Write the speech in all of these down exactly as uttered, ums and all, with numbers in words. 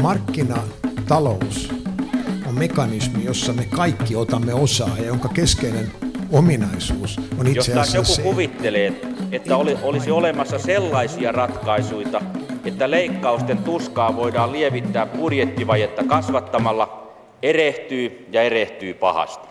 Markkinatalous on mekanismi, jossa me kaikki otamme osaa ja jonka keskeinen ominaisuus on itse asiassa Jos se. joku kuvittelee, että oli, olisi olemassa sellaisia ratkaisuja, että leikkausten tuskaa voidaan lievittää budjettivajetta kasvattamalla, erehtyy ja erehtyy pahasti.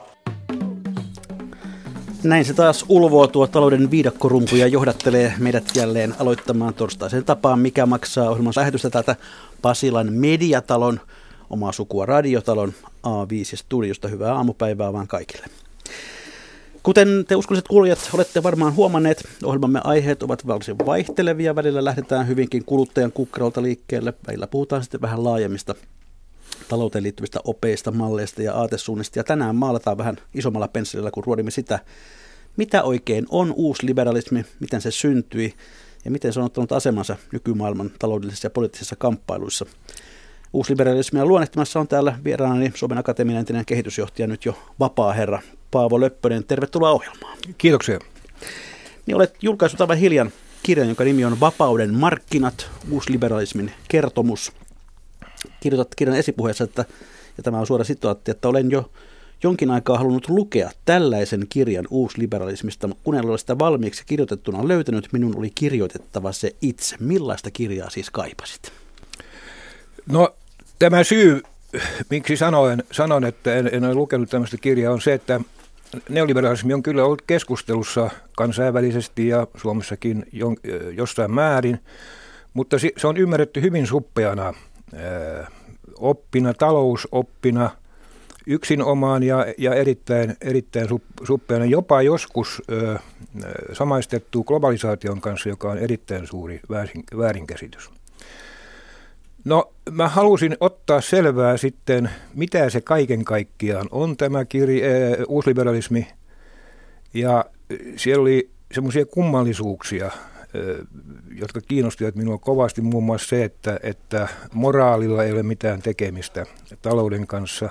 Näin se taas ulvoo tuo talouden viidakkorumpu ja johdattelee meidät jälleen aloittamaan torstaisen tapaan, mikä maksaa ohjelman lähetystä täältä Pasilan Mediatalon, omaa sukua Radiotalon A viisi studiosta. Hyvää aamupäivää vaan kaikille. Kuten te uskolliset kuulijat olette varmaan huomanneet, ohjelmamme aiheet ovat varsin vaihtelevia. Välillä lähdetään hyvinkin kuluttajan kukkarolta liikkeelle. Välillä puhutaan sitten vähän laajemmista talouteen liittyvistä opeista, malleista ja aatesuunnista. Ja tänään maalataan vähän isommalla pensselillä, kun ruodimme sitä, mitä oikein on uusliberalismi, miten se syntyi ja miten se on ottanut asemansa nykymaailman taloudellisissa ja poliittisissa kamppailuissa. Uusliberalismia luonnehtimassa on täällä vieraanani Suomen Akatemian entinen kehitysjohtaja, nyt jo vapaa herra Paavo Löppönen. Tervetuloa ohjelmaan. Kiitoksia. Niin olet julkaissut aivan hiljan kirjan, jonka nimi on Vapauden markkinat, uusliberalismin kertomus. Kirjoitat kirjan esipuheessa, että, ja tämä on suora sitaatti, että olen jo jonkin aikaa halunnut lukea tällaisen kirjan uusliberalismista, mutta kun en ole sitä valmiiksi kirjoitettuna löytänyt, minun oli kirjoitettava se itse. Millaista kirjaa siis kaipasit? No tämä syy, miksi sanoin, sanon, että en, en ole lukenut tämmöistä kirjaa, on se, että neoliberalismi on kyllä ollut keskustelussa kansainvälisesti ja Suomessakin jossain määrin, mutta se on ymmärretty hyvin suppeana oppina, talousoppina, yksinomaan ja, ja erittäin, erittäin suppeana, jopa joskus ö, samaistettu globalisaation kanssa, joka on erittäin suuri väärin, väärinkäsitys. No, mä halusin ottaa selvää sitten, mitä se kaiken kaikkiaan on tämä kirja, äh, uusliberalismi, ja siellä oli semmoisia kummallisuuksia, äh, jotka kiinnostivat minua kovasti, muun muassa se, että, että moraalilla ei ole mitään tekemistä talouden kanssa.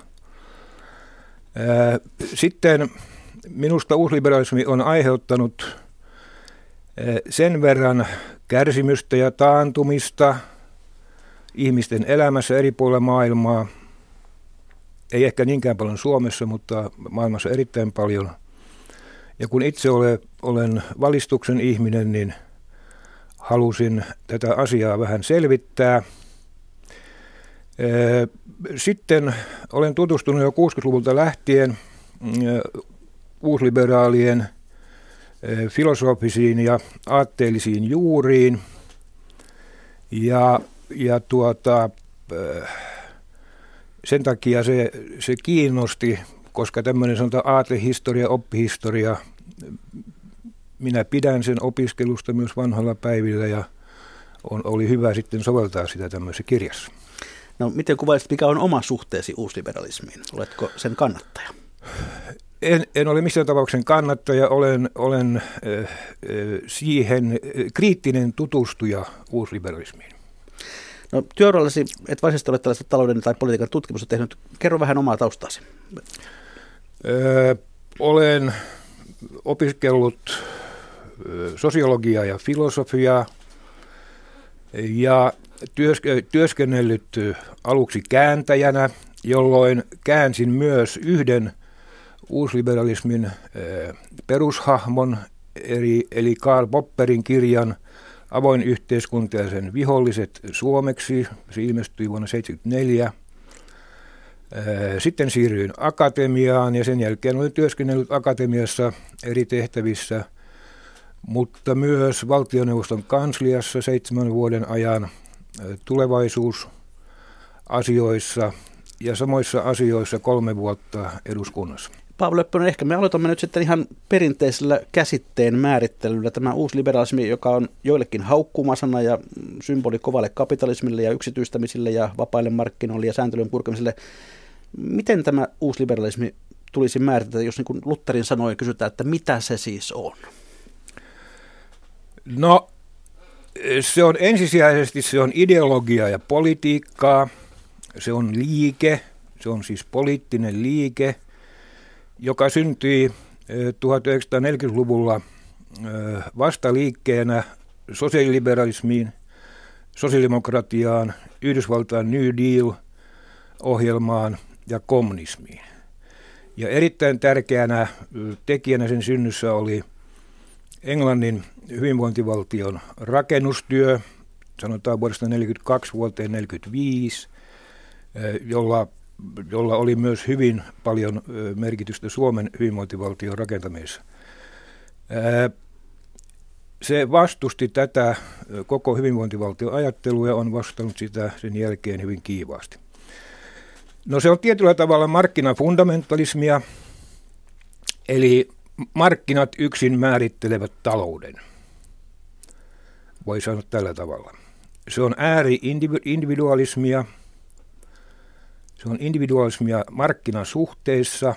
Äh, sitten minusta uusliberalismi on aiheuttanut äh, sen verran kärsimystä ja taantumista ihmisten elämässä eri puolilla maailmaa, ei ehkä niinkään paljon Suomessa, mutta maailmassa erittäin paljon. Ja kun itse olen, olen valistuksen ihminen, niin halusin tätä asiaa vähän selvittää. Sitten olen tutustunut jo kuusikymmentäluvulta lähtien uusliberaalien filosofisiin ja aatteellisiin juuriin. Ja Ja tuota, sen takia se, se kiinnosti, koska tämmöinen sanotaan aatehistoria, oppihistoria, minä pidän sen opiskelusta myös vanhalla päivillä ja on, oli hyvä sitten soveltaa sitä tämmöisessä kirjassa. No miten kuvaisit, mikä on oma suhteesi uusliberalismiin? Oletko sen kannattaja? En, en ole missään tapauksessa kannattaja, olen, olen äh, siihen kriittinen tutustuja uusliberalismiin. No työurallasi et varsinaisesti ole tällaista talouden tai politiikan tutkimusta tehnyt. Kerro vähän omaa taustasi. Öö, olen opiskellut sosiologiaa ja filosofiaa ja työske- työskennellyt aluksi kääntäjänä, jolloin käänsin myös yhden uusliberalismin öö, perushahmon, eli, eli Karl Popperin kirjan Avoin yhteiskunta ja sen viholliset suomeksi. Se ilmestyi vuonna tuhatyhdeksänsataaseitsemänkymmentäneljä. Sitten siirryin akatemiaan ja sen jälkeen olin työskennellyt akatemiassa eri tehtävissä, mutta myös valtioneuvoston kansliassa seitsemän vuoden ajan tulevaisuusasioissa ja samoissa asioissa kolme vuotta eduskunnassa. Paavo Löppönen, ehkä me aloitamme nyt sitten ihan perinteisellä käsitteen määrittelyllä. Tämä uusliberalismi, joka on joillekin haukkumasana ja symboli kovalle kapitalismille ja yksityistämisille ja vapaille markkinoille ja sääntelyn purkamiselle. Miten tämä uusliberalismi tulisi määritellä, jos niin kuin Lutherin sanoi, kysytään, että mitä se siis on? No, se on ensisijaisesti se on ideologia ja politiikkaa, se on liike, se on siis poliittinen liike, joka syntyi tuhatyhdeksänsataaneljäkymmentäluvulla vastaliikkeenä sosiaaliliberalismiin. sosiaalidemokratiaan, Yhdysvaltain New Deal-ohjelmaan ja kommunismiin. Ja erittäin tärkeänä tekijänä sen synnyssä oli Englannin hyvinvointivaltion rakennustyö, sanotaan vuodesta tuhatyhdeksänsataaneljäkymmentäkaksi vuoteen tuhatyhdeksänsataaneljäkymmentäviisi, jolla, jolla oli myös hyvin paljon merkitystä Suomen hyvinvointivaltion rakentamisessa. Se vastusti tätä koko hyvinvointivaltion ajattelua ja on vastannut sitä sen jälkeen hyvin kiivaasti. No se on tietyllä tavalla markkinafundamentalismia, eli markkinat yksin määrittelevät talouden. Voi sanoa tällä tavalla. Se on ääri-individualismia, se on individualismia markkinasuhteissa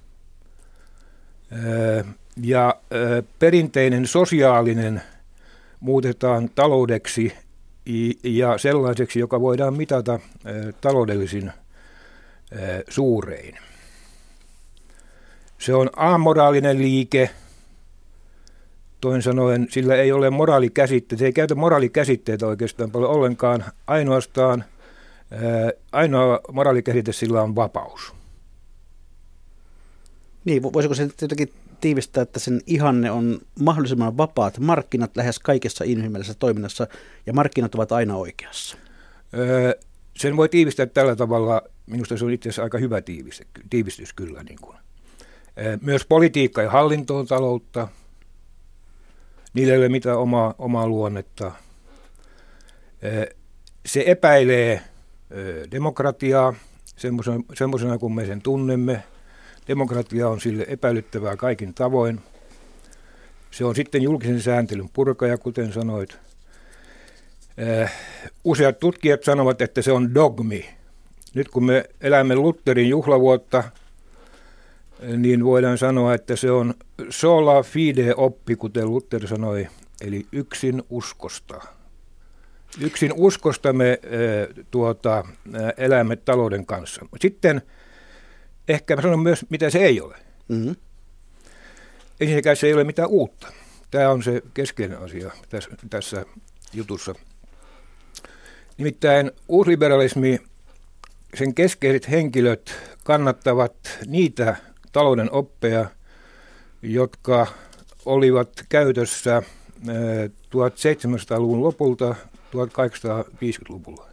ja perinteinen sosiaalinen muutetaan taloudeksi ja sellaiseksi, joka voidaan mitata taloudellisin suurein. Se on amoraalinen liike, toin sanoen, sillä ei ole moraalikäsitteitä, se ei käytä moraalikäsitteitä oikeastaan paljon ollenkaan, ainoastaan ainoa moraalikäsite sillä on vapaus. Niin, voisiko se jotenkin tiivistää, että sen ihanne on mahdollisimman vapaat markkinat lähes kaikessa inhimillisessä toiminnassa, ja markkinat ovat aina oikeassa? Öö, sen voi tiivistää tällä tavalla, minusta se on itse asiassa aika hyvä tiivistys, tiivistys kyllä. Niin kuin. Öö, myös politiikka ja hallinto on taloutta, niillä ei ole mitään omaa, omaa luonnetta. Öö, se epäilee öö, demokratiaa semmoisena kuin me sen tunnemme. Demokratia on sille epäilyttävää kaikin tavoin. Se on sitten julkisen sääntelyn purkaja, kuten sanoit. Useat tutkijat sanovat, että se on dogmi. Nyt kun me elämme Lutherin juhlavuotta, niin voidaan sanoa, että se on sola fide-oppi, kuten Luther sanoi, eli yksin uskosta. Yksin uskosta me tuota, elämme talouden kanssa. Sitten ehkä mä sanon myös, mitä se ei ole. Mm-hmm. Ensinnäkään se ei ole mitään uutta. Tämä on se keskeinen asia tässä, tässä jutussa. Nimittäin uusliberalismi, sen keskeiset henkilöt kannattavat niitä talouden oppeja, jotka olivat käytössä tuhatseitsemänsataaluvun lopulta tuhatkahdeksansataaviisikymmentäluvulla.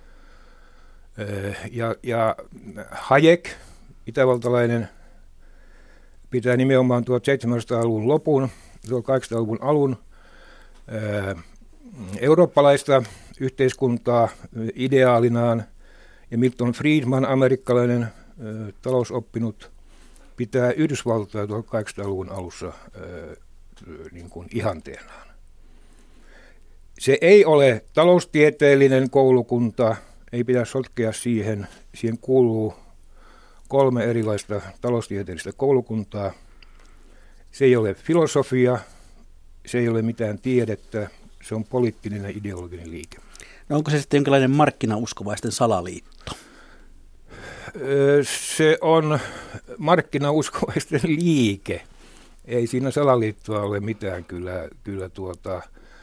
Ja, ja Hayek, itävaltalainen, pitää nimenomaan tuhatseitsemänsataaluvun lopun, tuhatkahdeksansataaluvun alun ää, eurooppalaista yhteiskuntaa ideaalinaan, ja Milton Friedman, amerikkalainen ää, talousoppinut, pitää Yhdysvaltoja tuhatkahdeksansataaluvun alussa ää, niin kuin ihanteenaan. Se ei ole taloustieteellinen koulukunta, ei pidä sotkea siihen, siihen kuuluu kolme erilaista taloustieteellistä koulukuntaa. Se ei ole filosofia, se ei ole mitään tiedettä, se on poliittinen ja ideologinen liike. No onko se sitten jonkinlainen markkinauskovaisten salaliitto? Se on markkinauskovaisten liike. Ei siinä salaliittoa ole mitään. Kyllä, kyllä, tuota,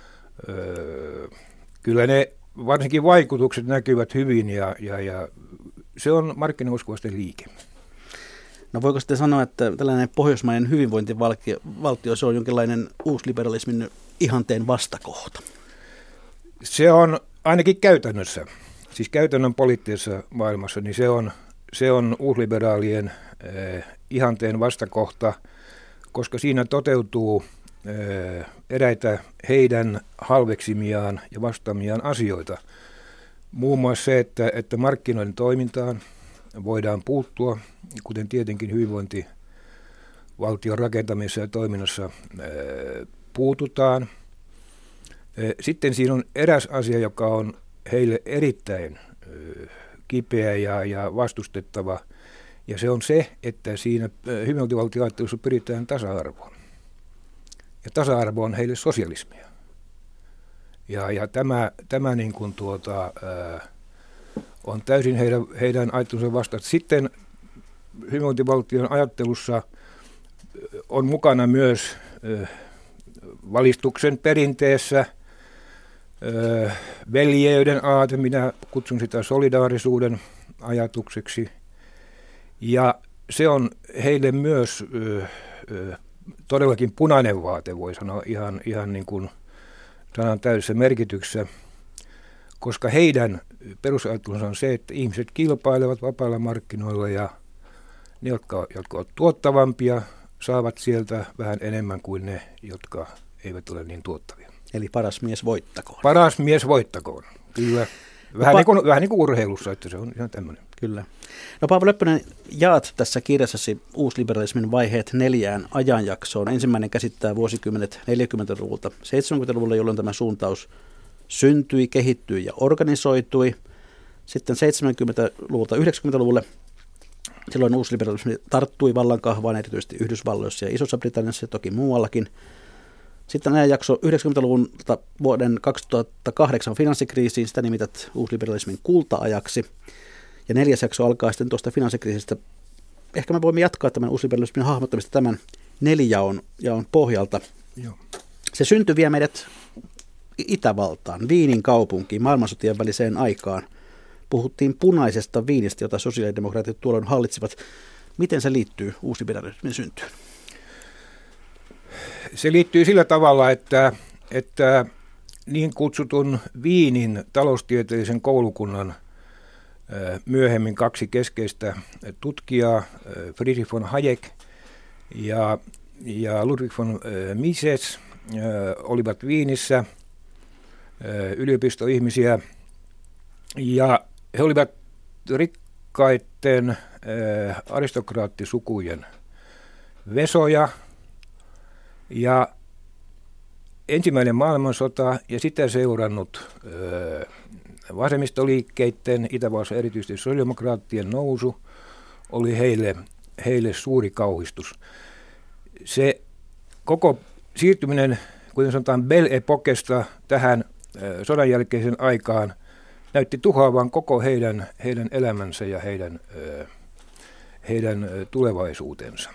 kyllä ne varsinkin vaikutukset näkyvät hyvin ja, ja, ja se on markkinauskovaisten liike. No voiko sitten sanoa, että tällainen pohjoismainen hyvinvointivaltio, se on jonkinlainen uusliberalismin ihanteen vastakohta? Se on ainakin käytännössä, siis käytännön poliittisessa maailmassa, niin se on, se on uusliberaalien eh, ihanteen vastakohta, koska siinä toteutuu eh, eräitä heidän halveksimiaan ja vastaamiaan asioita. Muun muassa se, että, että markkinoiden toimintaan voidaan puuttua, kuten tietenkin hyvinvointivaltion rakentamisessa ja toiminnassa ää, puututaan. Sitten siinä on eräs asia, joka on heille erittäin ää, kipeä ja, ja vastustettava, ja se on se, että siinä hyvinvointivaltioajattelussa pyritään tasa-arvoon. Ja tasa-arvo on heille sosialismia. Ja, ja tämä, tämä niin kuin tuota, ää, on täysin heidän, heidän ajattelunsa vastaan. Sitten hyvinvointivaltion ajattelussa on mukana myös ää, valistuksen perinteessä ää, ö, veljeyden aate, minä kutsun sitä solidaarisuuden ajatukseksi. Ja se on heille myös ö, ö, todellakin punainen vaate, voi sanoa ihan, ihan niin kuin sanan täydessä merkityksessä, koska heidän perusajattelunsa on se, että ihmiset kilpailevat vapailla markkinoilla ja ne, jotka, jotka ovat tuottavampia, saavat sieltä vähän enemmän kuin ne, jotka eivät ole niin tuottavia. Eli paras mies voittakoon. Paras mies voittakoon, kyllä. Vähän, no, pa- niin kuin, vähän niin kuin urheilussa, että se on ihan tämmöinen. Kyllä. No Paavo Löppönen, jaat tässä kirjassasi uusliberalismin vaiheet neljään ajanjaksoon. Ensimmäinen käsittää vuosikymmenet neljäkymmentäluvulta seitsemänkymmentäluvulle, jolloin tämä suuntaus syntyi, kehittyi ja organisoitui. Sitten seitsemänkymmentäluvulta yhdeksänkymmentäluvulle, silloin uusliberalismi tarttui vallankahvaan erityisesti Yhdysvalloissa ja Isossa Britanniassa ja toki muuallakin. Sitten ajanjakso yhdeksänkymmentäluvulta vuoden kaksituhattakahdeksan finanssikriisiin, sitä nimität uusliberalismin kulta-ajaksi. Ja neljäs jakso alkaa sitten tuosta finanssikriisistä. Ehkä me voimme jatkaa tämän uusliberalismin hahmottamista tämän nelijaon jaon pohjalta. Joo. Se syntyi vie meidät Itävaltaan, Viinin kaupunkiin, maailmansotien väliseen aikaan. Puhuttiin punaisesta viinistä, jota sosiaalidemokraatit tuolloin hallitsivat. Miten se liittyy uusliberalismin syntyyn? Se liittyy sillä tavalla, että, että niin kutsutun Viinin taloustieteellisen koulukunnan myöhemmin kaksi keskeistä tutkijaa, Friedrich von Hayek ja, ja Ludwig von Mises, olivat Viinissä yliopistoihmisiä, ja he olivat rikkaiden aristokraattisukujen vesoja, ja ensimmäinen maailmansota ja sitä seurannut vasemmistoliikkeiden, Itävallassa erityisesti sosiaalidemokraattien nousu, oli heille, heille suuri kauhistus. Se koko siirtyminen, kuten sanotaan, Belle Epokesta tähän sodan jälkeiseen aikaan, näytti tuhoavan koko heidän, heidän elämänsä ja heidän, heidän tulevaisuutensa.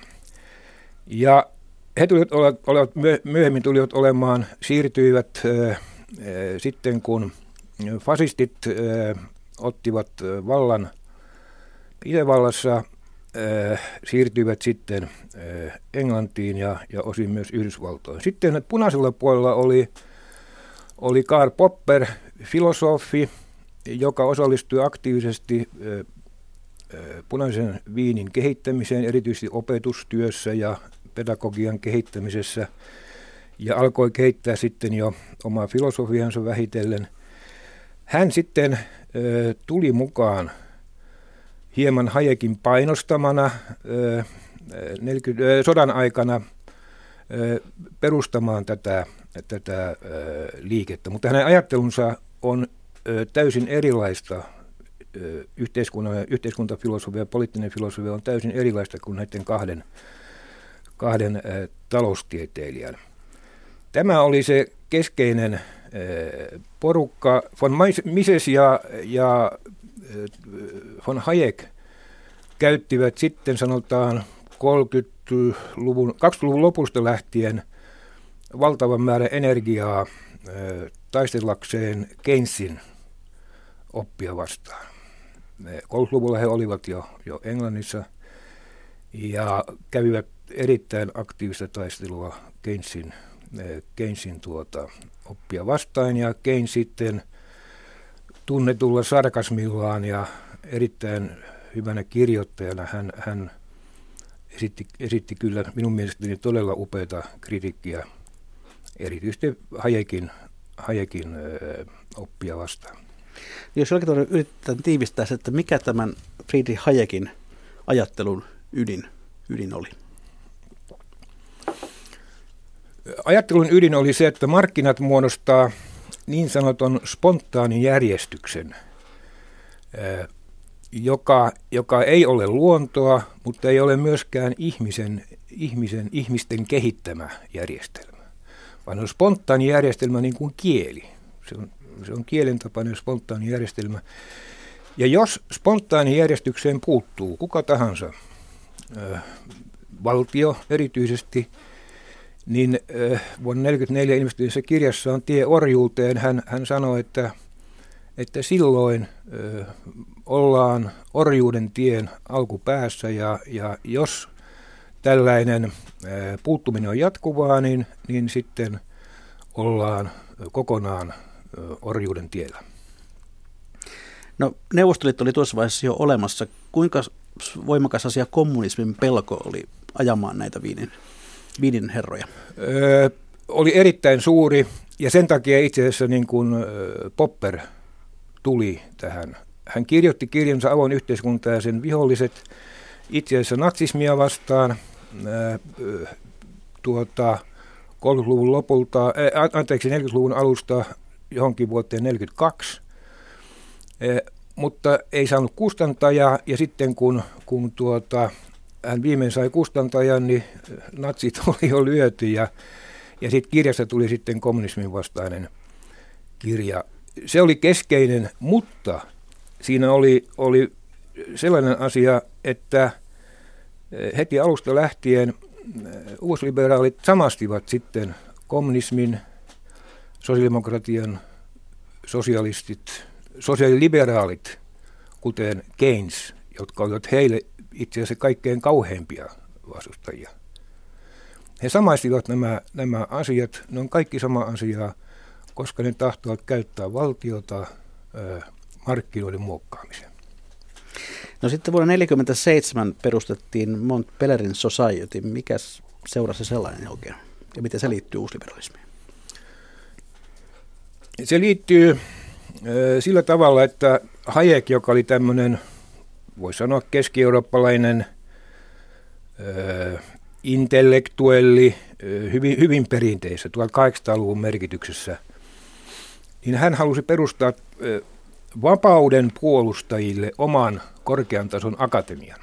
Ja he tulivat, olivat, myöhemmin tulivat olemaan, siirtyivät sitten kun fasistit äh, ottivat äh, vallan Itävallassa, äh, siirtyivät sitten äh, Englantiin ja, ja osin myös Yhdysvaltoihin. Sitten punaisella puolella oli, oli Karl Popper, filosofi, joka osallistui aktiivisesti äh, äh, punaisen viinin kehittämiseen, erityisesti opetustyössä ja pedagogian kehittämisessä, ja alkoi kehittää sitten jo omaa filosofiansa vähitellen. Hän sitten ö, tuli mukaan hieman Hayekin painostamana ö, neljäkymmentä, ö, sodan aikana ö, perustamaan tätä, tätä ö, liikettä, mutta hänen ajattelunsa on ö, täysin erilaista. Ö, yhteiskunnan, yhteiskuntafilosofia ja poliittinen filosofia on täysin erilaista kuin näiden kahden, kahden ö, taloustieteilijän. Tämä oli se keskeinen porukka. Von Mises ja, ja von Hayek käyttivät sitten sanotaan kolmekymmentäluvun, kaksikymmentäluvun lopusta lähtien valtavan määrän energiaa taistellakseen Keynesin oppia vastaan. kolmekymmentäluvulla he olivat jo, jo Englannissa ja kävivät erittäin aktiivista taistelua Keynesin Keynesin tuota, oppia vastaan, ja Keynes sitten tunnetulla sarkasmillaan ja erittäin hyvänä kirjoittajana hän, hän esitti, esitti kyllä minun mielestäni todella upeata kritiikkiä erityisesti Hayekin, Hayekin ö, oppia vastaan. Jos jollakin tavalla yritetään tiivistää se, että mikä tämän Friedrich Hayekin ajattelun ydin, ydin oli? Ajattelun ydin oli se, että markkinat muodostaa niin sanotun spontaanin järjestyksen, joka, joka ei ole luontoa, mutta ei ole myöskään ihmisen, ihmisen, ihmisten kehittämä järjestelmä, vaan on spontaani järjestelmä niin kuin kieli. Se on, se on kielen tapainen spontaani järjestelmä. Ja jos spontaani järjestykseen puuttuu kuka tahansa, valtio erityisesti, niin äh, vuonna tuhatyhdeksänsataaneljäkymmentäneljä ilmestyneessä kirjassaan Tie orjuuteen hän, hän sanoi, että, että silloin äh, ollaan orjuuden tien alkupäässä ja, ja jos tällainen äh, puuttuminen on jatkuvaa, niin, niin sitten ollaan kokonaan äh, orjuuden tiellä. No, Neuvostoliitto oli tuossa vaiheessa jo olemassa. Kuinka voimakas asia kommunismin pelko oli ajamaan näitä Wienin, Wienin herroja? Öö, oli erittäin suuri ja sen takia itse asiassa niin kuin Popper tuli tähän. Hän kirjoitti kirjansa Avoin yhteiskunta ja sen viholliset itse asiassa natsismia vastaan öö, tuota, kolmekymmentäluvun lopulta, ää, anteeksi neljäkymmentäluvun alusta johonkin vuoteen neljäkymmentäkaksi. E, mutta ei saanut kustantajaa, ja sitten kun, kun tuota, hän viimein sai kustantajan, niin natsit oli jo lyöty, ja, ja sitten kirjasta tuli sitten kommunismin vastainen kirja. Se oli keskeinen, mutta siinä oli, oli sellainen asia, että heti alusta lähtien uusliberaalit samastivat sitten kommunismin, sosiaalidemokratian, sosialistit, sosiaaliliberaalit, kuten Keynes, jotka olivat heille itse asiassa kaikkein kauheimpia vastustajia. He samaistivat nämä, nämä asiat, ne on kaikki sama asiaa, koska ne tahtovat käyttää valtiota ö, markkinoiden muokkaamiseen. No sitten vuonna tuhatyhdeksänsataaneljäkymmentäseitsemän perustettiin Mont Pelerin Society. Mikäs seurasi sellainen oikein? Ja miten se liittyy uusliberalismiin? Se liittyy sillä tavalla, että Hayek, joka oli tämmöinen, voisi sanoa keski-eurooppalainen ö, intellektuelli, ö, hyvin, hyvin perinteisessä tuhatkahdeksansataaluvun merkityksessä, niin hän halusi perustaa ö, vapauden puolustajille oman korkean tason akatemian.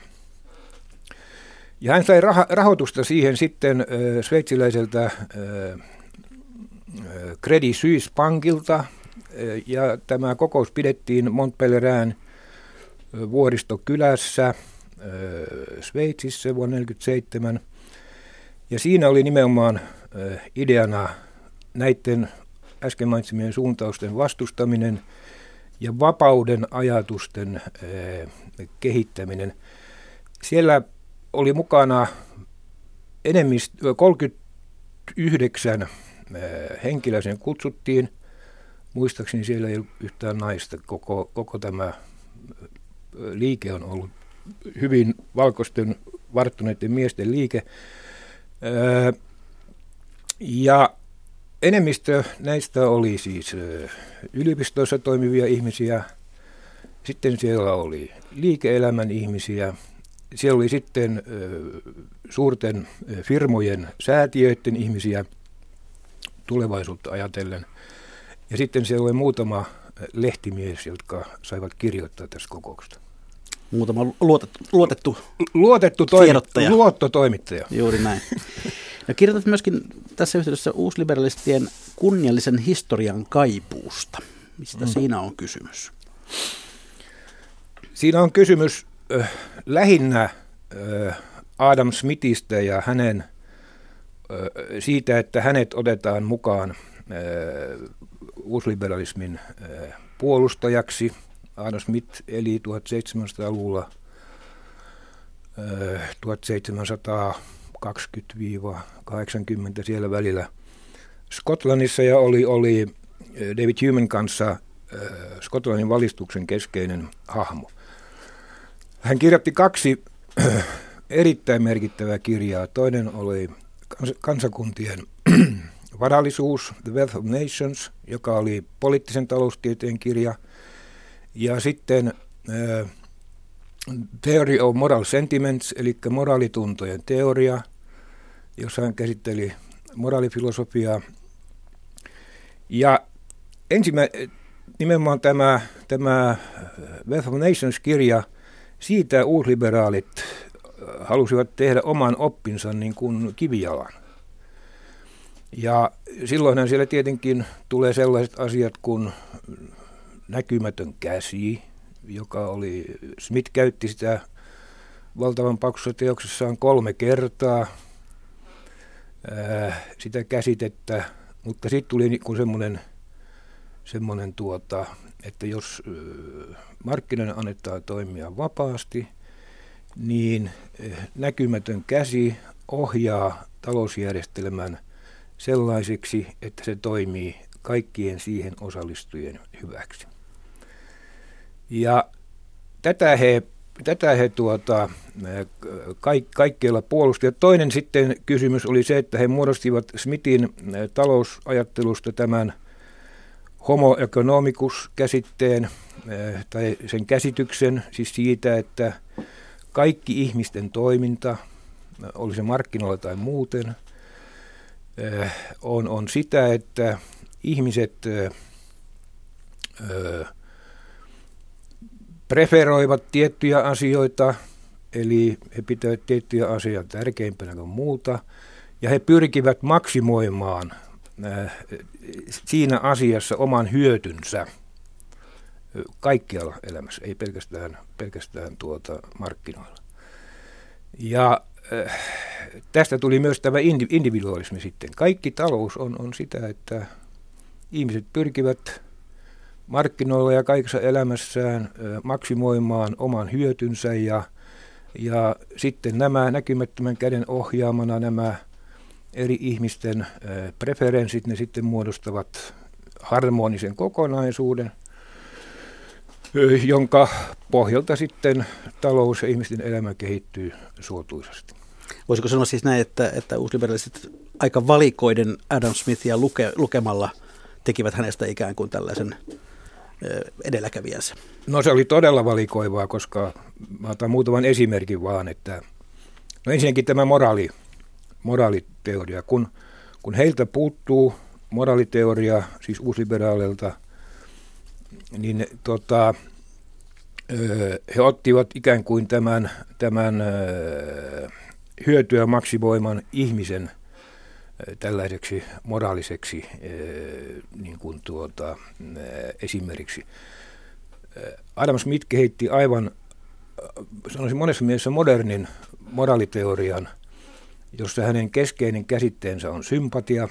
Ja hän sai rah- rahoitusta siihen sitten ö, sveitsiläiseltä ö, Credit Suisse Pankilta, ja tämä kokous pidettiin Mont Pelerin vuoristokylässä Sveitsissä vuonna tuhatyhdeksänsataaneljäkymmentäseitsemän. Ja siinä oli nimenomaan ideana näiden äsken mainitsemien suuntausten vastustaminen ja vapauden ajatusten kehittäminen. Siellä oli mukana enemmistö, kolmekymmentäyhdeksän henkilöä sen kutsuttiin. Muistaakseni siellä ei ollut yhtään naista. Koko, koko tämä liike on ollut hyvin valkoisten, varttuneiden miesten liike. Öö, ja enemmistö näistä oli siis yliopistoissa toimivia ihmisiä. Sitten siellä oli liike-elämän ihmisiä. Siellä oli sitten ö, suurten firmojen, säätiöiden ihmisiä tulevaisuutta ajatellen. Ja sitten siellä oli muutama lehtimies, jotka saivat kirjoittaa tässä kokouksesta. Muutama luotettu, luotettu, luotettu tiedottaja. Luottotoimittaja. Juuri näin. No, kirjoitat myöskin tässä yhteydessä uusliberalistien kunniallisen historian kaipuusta. Mistä mm. siinä on kysymys? Siinä on kysymys äh, lähinnä äh, Adam Smithistä ja hänen äh, siitä, että hänet otetaan mukaan äh, uusliberalismin äh, puolustajaksi. Adam Smith eli tuhatseitsemänsataaluvulla äh, tuhatseitsemänsataakaksikymmentä kahdeksankymmentä siellä välillä Skotlannissa ja oli, oli David Humen kanssa äh, Skotlannin valistuksen keskeinen hahmo. Hän kirjoitti kaksi äh, erittäin merkittävää kirjaa. Toinen oli kans- kansakuntien varallisuus, The Wealth of Nations, joka oli poliittisen taloustieteen kirja. Ja sitten äh, Theory of Moral Sentiments, eli moraalituntojen teoria, jossa hän käsitteli moraalifilosofiaa. Ja ensimmä, nimenomaan tämä, tämä Wealth of Nations-kirja, siitä uusliberaalit halusivat tehdä oman oppinsa niin kuin kivijalan. Ja silloinhan siellä tietenkin tulee sellaiset asiat kuin näkymätön käsi, joka oli, Smith käytti sitä valtavan paksussa teoksessaan kolme kertaa. ää, sitä käsitettä, mutta sitten tuli niin semmoinen, semmoinen tuota, että jos markkinoiden annetaan toimia vapaasti, niin näkymätön käsi ohjaa talousjärjestelmän sellaiseksi, että se toimii kaikkien siihen osallistujien hyväksi. Ja tätä he, tätä he tuota, kaik, kaikkialla puolustivat. Toinen sitten kysymys oli se, että he muodostivat Smithin talousajattelusta tämän homo economicus-käsitteen tai sen käsityksen, siis siitä, että kaikki ihmisten toiminta, oli se markkinoilla tai muuten, on, on sitä, että ihmiset preferoivat tiettyjä asioita, eli he pitävät tiettyjä asioita tärkeimpänä kuin muuta, ja he pyrkivät maksimoimaan siinä asiassa oman hyötynsä kaikkialla elämässä, ei pelkästään, pelkästään tuota markkinoilla. Ja äh, tästä tuli myös tämä individualismi sitten. Kaikki talous on, on sitä, että ihmiset pyrkivät markkinoilla ja kaikessa elämässään äh, maksimoimaan oman hyötynsä ja, ja sitten nämä näkymättömän käden ohjaamana nämä eri ihmisten äh, preferenssit, ne sitten muodostavat harmonisen kokonaisuuden, jonka pohjalta sitten talous ja ihmisten elämä kehittyy suotuisasti. Voisiko sanoa siis näin, että, että uusliberalistit aika valikoiden Adam Smithia luke, lukemalla tekivät hänestä ikään kuin tällaisen edelläkävijänsä? No se oli todella valikoivaa, koska mä otan muutaman esimerkin vaan, että no ensinnäkin tämä moraali, moraaliteoria, kun, kun heiltä puuttuu moraaliteoria, siis uusliberaaleilta, niin tota, he ottivat ikään kuin tämän, tämän hyötyä maksimoiman ihmisen tällaiseksi moraaliseksi niin kuin tuota, esimerkiksi. Adam Smith kehitti aivan, sanoisin monessa mielessä modernin moraaliteorian, jossa hänen keskeinen käsitteensä on sympatia,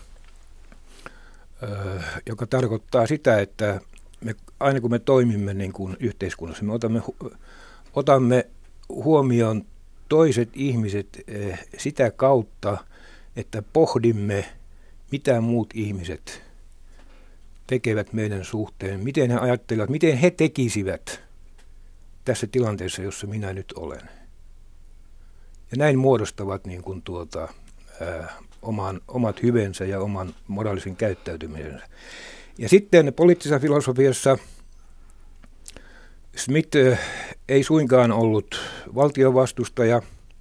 joka tarkoittaa sitä, että me, aina kun me toimimme niin kuin yhteiskunnassa, me otamme, otamme huomioon toiset ihmiset eh, sitä kautta, että pohdimme, mitä muut ihmiset tekevät meidän suhteen, miten he ajattelevat, miten he tekisivät tässä tilanteessa, jossa minä nyt olen. Ja näin muodostavat niin kuin tuota, ää, oman, omat hyvensä ja oman moraalisen käyttäytymisensä. Ja sitten poliittisessa filosofiassa Smith ei suinkaan ollut valtionvastustaja.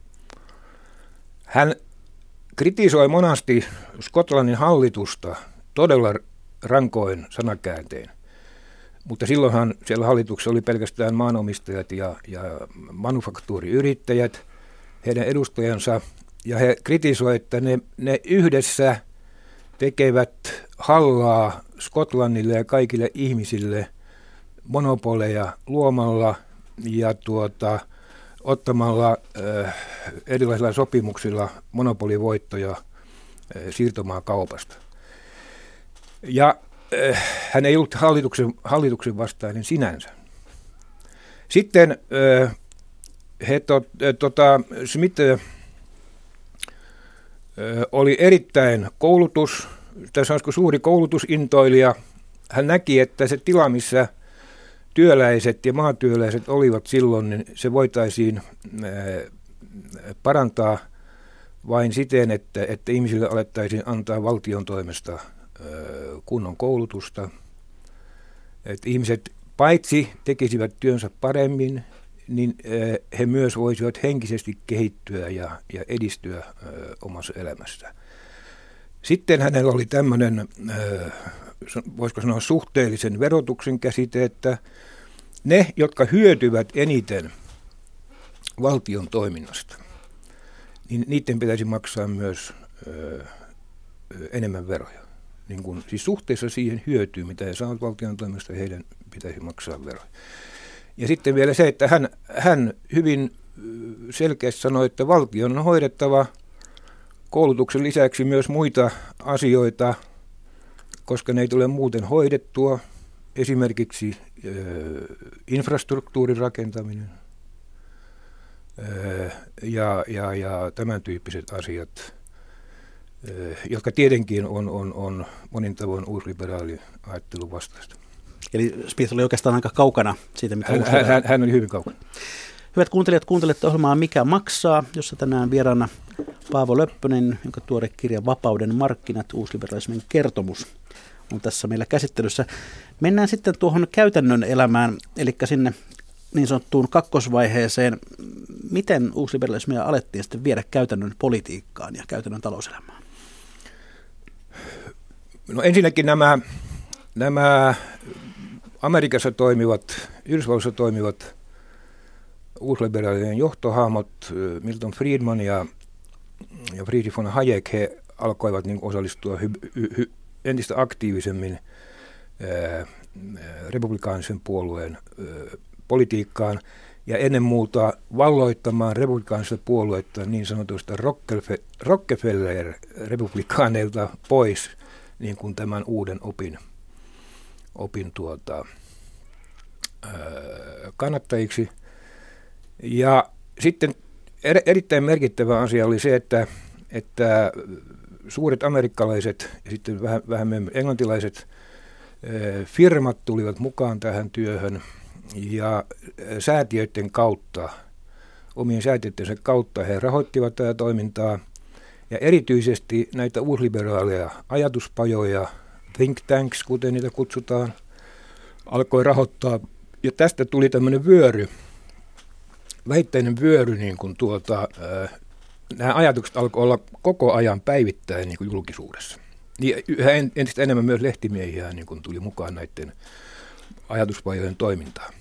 Hän kritisoi monasti Skotlannin hallitusta todella rankoin sanakääntein. Mutta silloinhan siellä hallituksessa oli pelkästään maanomistajat ja, ja manufaktuuriyrittäjät, heidän edustajansa, ja he kritisoivat, että ne, ne yhdessä tekevät hallaa Skotlannille ja kaikille ihmisille monopoleja luomalla ja tuota, ottamalla äh, erilaisilla sopimuksilla monopolivoittoja äh, siirtomaakaupasta. Ja äh, hän ei ollut hallituksen, hallituksen vastainen sinänsä. Sitten äh, he to, äh, tota, Smith äh, oli erittäin koulutus, tässä olisiko suuri koulutusintoilija. Hän näki, että se tila, missä työläiset ja maatyöläiset olivat silloin, niin se voitaisiin parantaa vain siten, että, että ihmisille alettaisiin antaa valtion toimesta kunnon koulutusta. Että ihmiset paitsi tekisivät työnsä paremmin, niin he myös voisivat henkisesti kehittyä ja, ja edistyä omassa elämässään. Sitten hänellä oli tämmöinen, voisiko sanoa suhteellisen verotuksen käsite, että ne, jotka hyötyvät eniten valtion toiminnasta, niin niiden pitäisi maksaa myös enemmän veroja. Niin kun, siis suhteessa siihen hyötyyn, mitä he saavat valtion toiminnasta, heidän pitäisi maksaa veroja. Ja sitten vielä se, että hän, hän hyvin selkeästi sanoi, että valtion on hoidettava koulutuksen lisäksi myös muita asioita, koska ne ei tule muuten hoidettua. Esimerkiksi ö, infrastruktuurin rakentaminen ö, ja, ja, ja tämän tyyppiset asiat, ö, jotka tietenkin on, on, on monin tavoin uusliberaali ajattelun vastaista. Eli Smith oli oikeastaan aika kaukana siitä, mitä hän, hän, hän, hän oli hyvin kaukana. Hyvät kuuntelijat, kuuntelette ohjelmaa Mikä maksaa, jossa tänään vieraana Paavo Löppönen, jonka tuore kirja Vapauden markkinat, uusliberalismin kertomus on tässä meillä käsittelyssä. Mennään sitten tuohon käytännön elämään, eli sinne niin sanottuun kakkosvaiheeseen. Miten uusliberalismia alettiin sitten viedä käytännön politiikkaan ja käytännön talouselämään? No ensinnäkin nämä, nämä Amerikassa toimivat, Yhdysvalloissa toimivat uusliberaalien johtohahmot, Milton Friedman ja, ja Friedrich von Hayek, he alkoivat niin osallistua hy, hy, hy, entistä aktiivisemmin ää, republikaanisen puolueen ää, politiikkaan ja ennen muuta valloittamaan republikaanista puoluetta niin sanotuista Rockefeller-republikaaneilta pois niin kuin tämän uuden opin, opin tuota, ää, kannattajiksi. Ja sitten er, erittäin merkittävä asia oli se, että, että suuret amerikkalaiset ja sitten vähän, vähän englantilaiset eh, firmat tulivat mukaan tähän työhön ja säätiöiden kautta, omien säätiöidensä kautta he rahoittivat tätä toimintaa ja erityisesti näitä uusliberaaleja ajatuspajoja, think tanks, kuten niitä kutsutaan, alkoi rahoittaa ja tästä tuli tämmöinen vyöry, väitteinen vyöry, niin kuin tuota, äh, nämä ajatukset alkoi olla koko ajan päivittäin niin kuin julkisuudessa. Niin yhä entistä enemmän myös lehtimiehiä niin kuin tuli mukaan näiden ajatuspajojen toimintaan.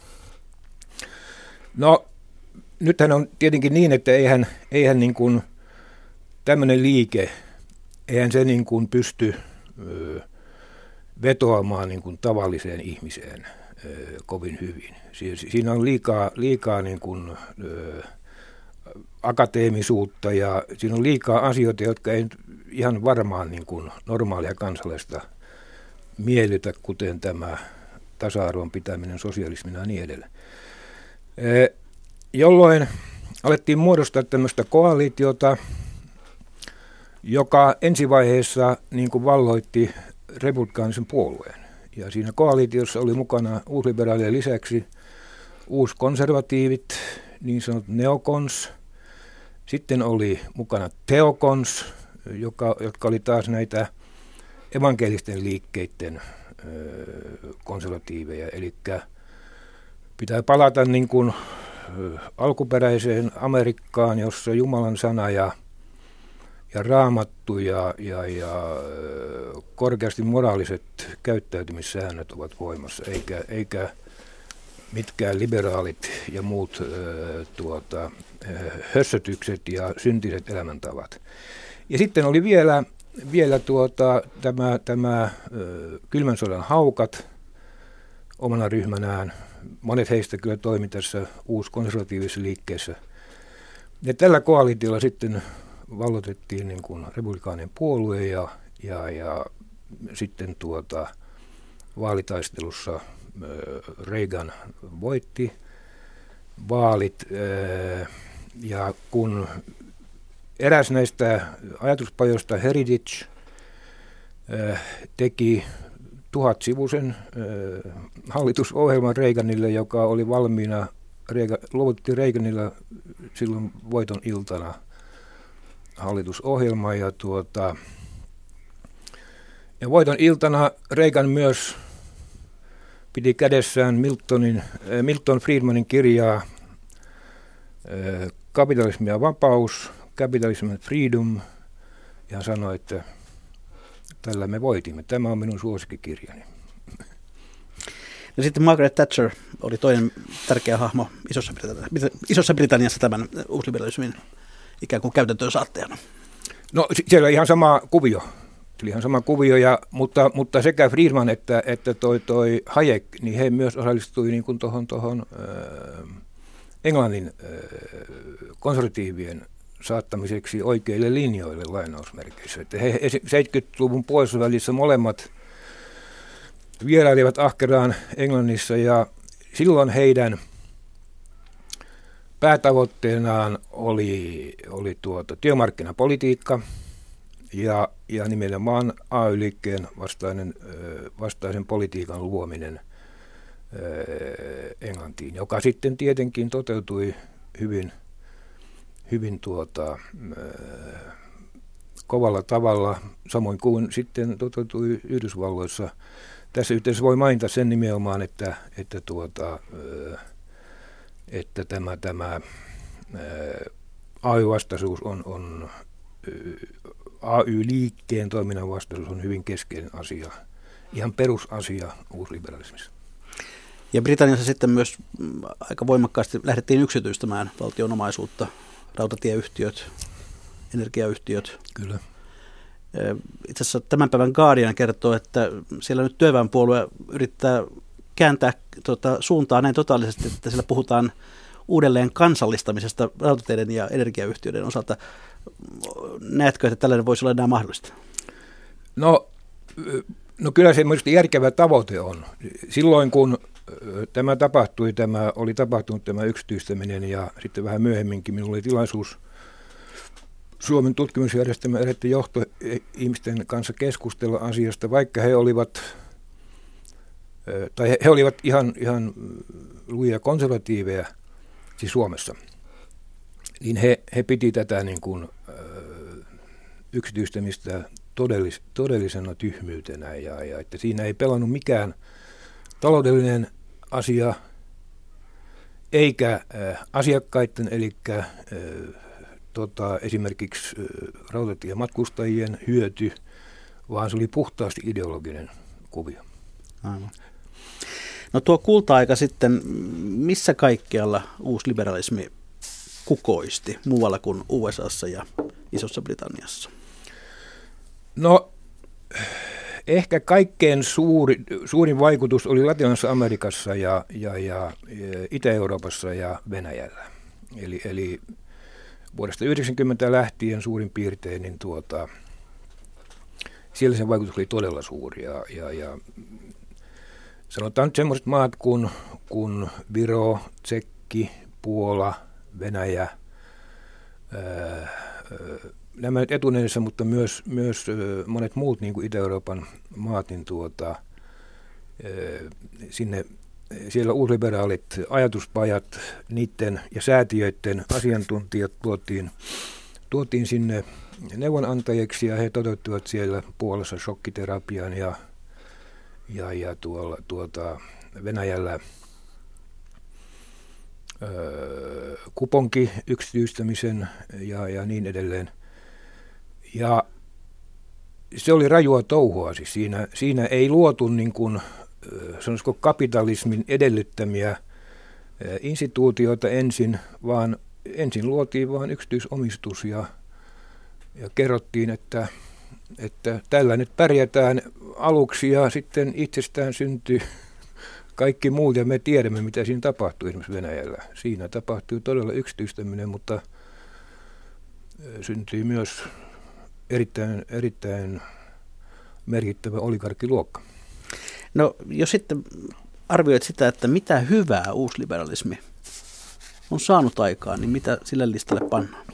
No, nythän on tietenkin niin, että eihän, eihän niin kuin tämmöinen liike, eihän se niin kuin pysty ö, vetoamaan niin kuin tavalliseen ihmiseen ö, kovin hyvin. Siinä on liikaa, liikaa niin kuin, ö, akateemisuutta ja siinä on liikaa asioita, jotka ei ihan varmaan niin kuin normaalia kansalaista miellytä, kuten tämä tasa-arvon pitäminen sosialismina ja niin edelleen. E, jolloin alettiin muodostaa tämmöistä koalitiota, joka ensivaiheessa niin kuin valloitti republikaanisen puolueen. Ja siinä koalitiossa oli mukana uusliberaalien lisäksi uuskonservatiivit, niin sanotut neokons. Sitten oli mukana teokons, joka, jotka oli taas näitä evankelisten liikkeiden ö, konservatiiveja. Eli pitää palata niin kuin ö, alkuperäiseen Amerikkaan, jossa Jumalan sana ja, ja raamattu ja, ja, ja ö, korkeasti moraaliset käyttäytymissäännöt ovat voimassa, eikä, eikä mitkään liberaalit ja muut ö, tuota, hössötykset ja syntiset elämäntavat. Ja sitten oli vielä, vielä tuota, tämä, tämä ö, kylmän sodan haukat omana ryhmänään. Monet heistä kyllä toimi tässä uuskonservatiivisessa liikkeessä. Ja tällä koalitiolla sitten valloitettiin niin kuin republikaanien puolue ja, ja, ja sitten tuota, vaalitaistelussa Reagan voitti vaalit ja kun eräs näistä ajatuspajoista Heritage teki tuhatsivuisen hallitusohjelman Reaganille, joka oli valmiina, luovutti Reaganilla silloin voiton iltana hallitusohjelma ja, tuota, ja voiton iltana Reagan myös piti kädessään Miltonin, äh, Milton Friedmanin kirjaa äh, Kapitalismi ja vapaus, Capitalism and Freedom, ja sanoi, että tällä me voitimme. Tämä on minun suosikkikirjani. No sitten Margaret Thatcher oli toinen tärkeä hahmo Isossa Britanniassa, Isossa Britanniassa tämän uusliberalismin ikään kuin käytäntöön saattajana. No siellä on ihan sama kuvio. Eli ihan sama kuvio, ja, mutta, mutta sekä Friedman että, että toi, toi Hayek, niin he myös osallistui niin kuin tuohon, tuohon äh, Englannin äh, konservatiivien saattamiseksi oikeille linjoille lainausmerkeissä. Että he seitsemänkymmentäluvun puolessa välissä molemmat vierailivat ahkeraan Englannissa ja silloin heidän päätavoitteenaan oli, oli tuota, työmarkkinapolitiikka ja, ja nimenomaan A Y-liikkeen vastainen, vastaisen politiikan luominen Englantiin, joka sitten tietenkin toteutui hyvin, hyvin tuota, kovalla tavalla, samoin kuin sitten toteutui Yhdysvalloissa. Tässä yhteydessä voi mainita sen nimenomaan, että, että, tuota, että tämä, tämä A Y-vastaisuus on, on A Y-liikkeen toiminnan vastaisuus on hyvin keskeinen asia, ihan perusasia uusliberalismissa. Ja Britanniassa sitten myös aika voimakkaasti lähdettiin yksityistämään valtion omaisuutta, rautatieyhtiöt, energiayhtiöt. Kyllä. Itse asiassa tämän päivän Guardian kertoo, että siellä nyt työväenpuolue yrittää kääntää tuota, suuntaa näin totaalisesti, että siellä puhutaan uudelleen kansallistamisesta rautateiden ja energiayhtiöiden osalta. Näetkö, että tällainen voisi olla enää mahdollista? No, no kyllä se mielestäni järkevä tavoite on. Silloin kun tämä tapahtui, tämä oli tapahtunut tämä yksityistäminen ja sitten vähän myöhemminkin minulla oli tilaisuus Suomen tutkimusjärjestelmän eräiden johtoihmisten kanssa keskustella asiasta, vaikka he olivat, tai he, he olivat ihan, ihan lujia konservatiiveja, siis Suomessa, niin he, he piti tätä niin kuin, ö, yksityistämistä todellis, todellisena tyhmyytenä, ja, ja että siinä ei pelannut mikään taloudellinen asia, eikä ö, asiakkaiden, eli ö, Tota, esimerkiksi rautatiematkustajien hyöty, vaan se oli puhtaasti ideologinen kuvio. Aivan. No tuo kulta-aika sitten, missä kaikkialla uusliberalismi kukoisti muualla kuin U S A:ssa ja Isossa Britanniassa? No ehkä kaikkein suuri, suurin vaikutus oli Latinalaisessa Amerikassa ja, ja, ja Itä-Euroopassa ja Venäjällä. Eli, eli vuodesta yhdeksänkymmentä lähtien suurin piirtein, niin tuota, siellä sen vaikutus oli todella suuri. Ja, ja, ja sanotaan nyt semmoiset maat kuin, kuin Viro, Tsekki, Puola, Venäjä, ää, nämä nyt etunenässä, mutta myös, myös monet muut niin kuin Itä-Euroopan maat, niin tuota, ää, sinne siellä uusliberaalit ajatuspajat, niiden ja säätiöiden asiantuntijat tuotiin, tuotiin sinne neuvonantajiksi ja he toteuttivat siellä Puolassa shokkiterapian ja, ja, ja tuolla, tuota, Venäjällä öö, kuponki yksityistämisen ja, ja niin edelleen. Ja se oli rajua touhua, siis siinä, siinä ei luotu niin kuin sanoisiko kapitalismin edellyttämiä instituutioita ensin, vaan ensin luotiin vain yksityisomistus ja, ja kerrottiin, että, että tällä nyt pärjätään aluksi ja sitten itsestään syntyy kaikki muut ja me tiedämme, mitä siinä tapahtuu esimerkiksi Venäjällä. Siinä tapahtui todella yksityistäminen, mutta syntyi myös erittäin, erittäin merkittävä oligarkkiluokka. No jos sitten arvioit sitä, että mitä hyvää uusliberalismi on saanut aikaan, niin mitä sille listalle pannaan?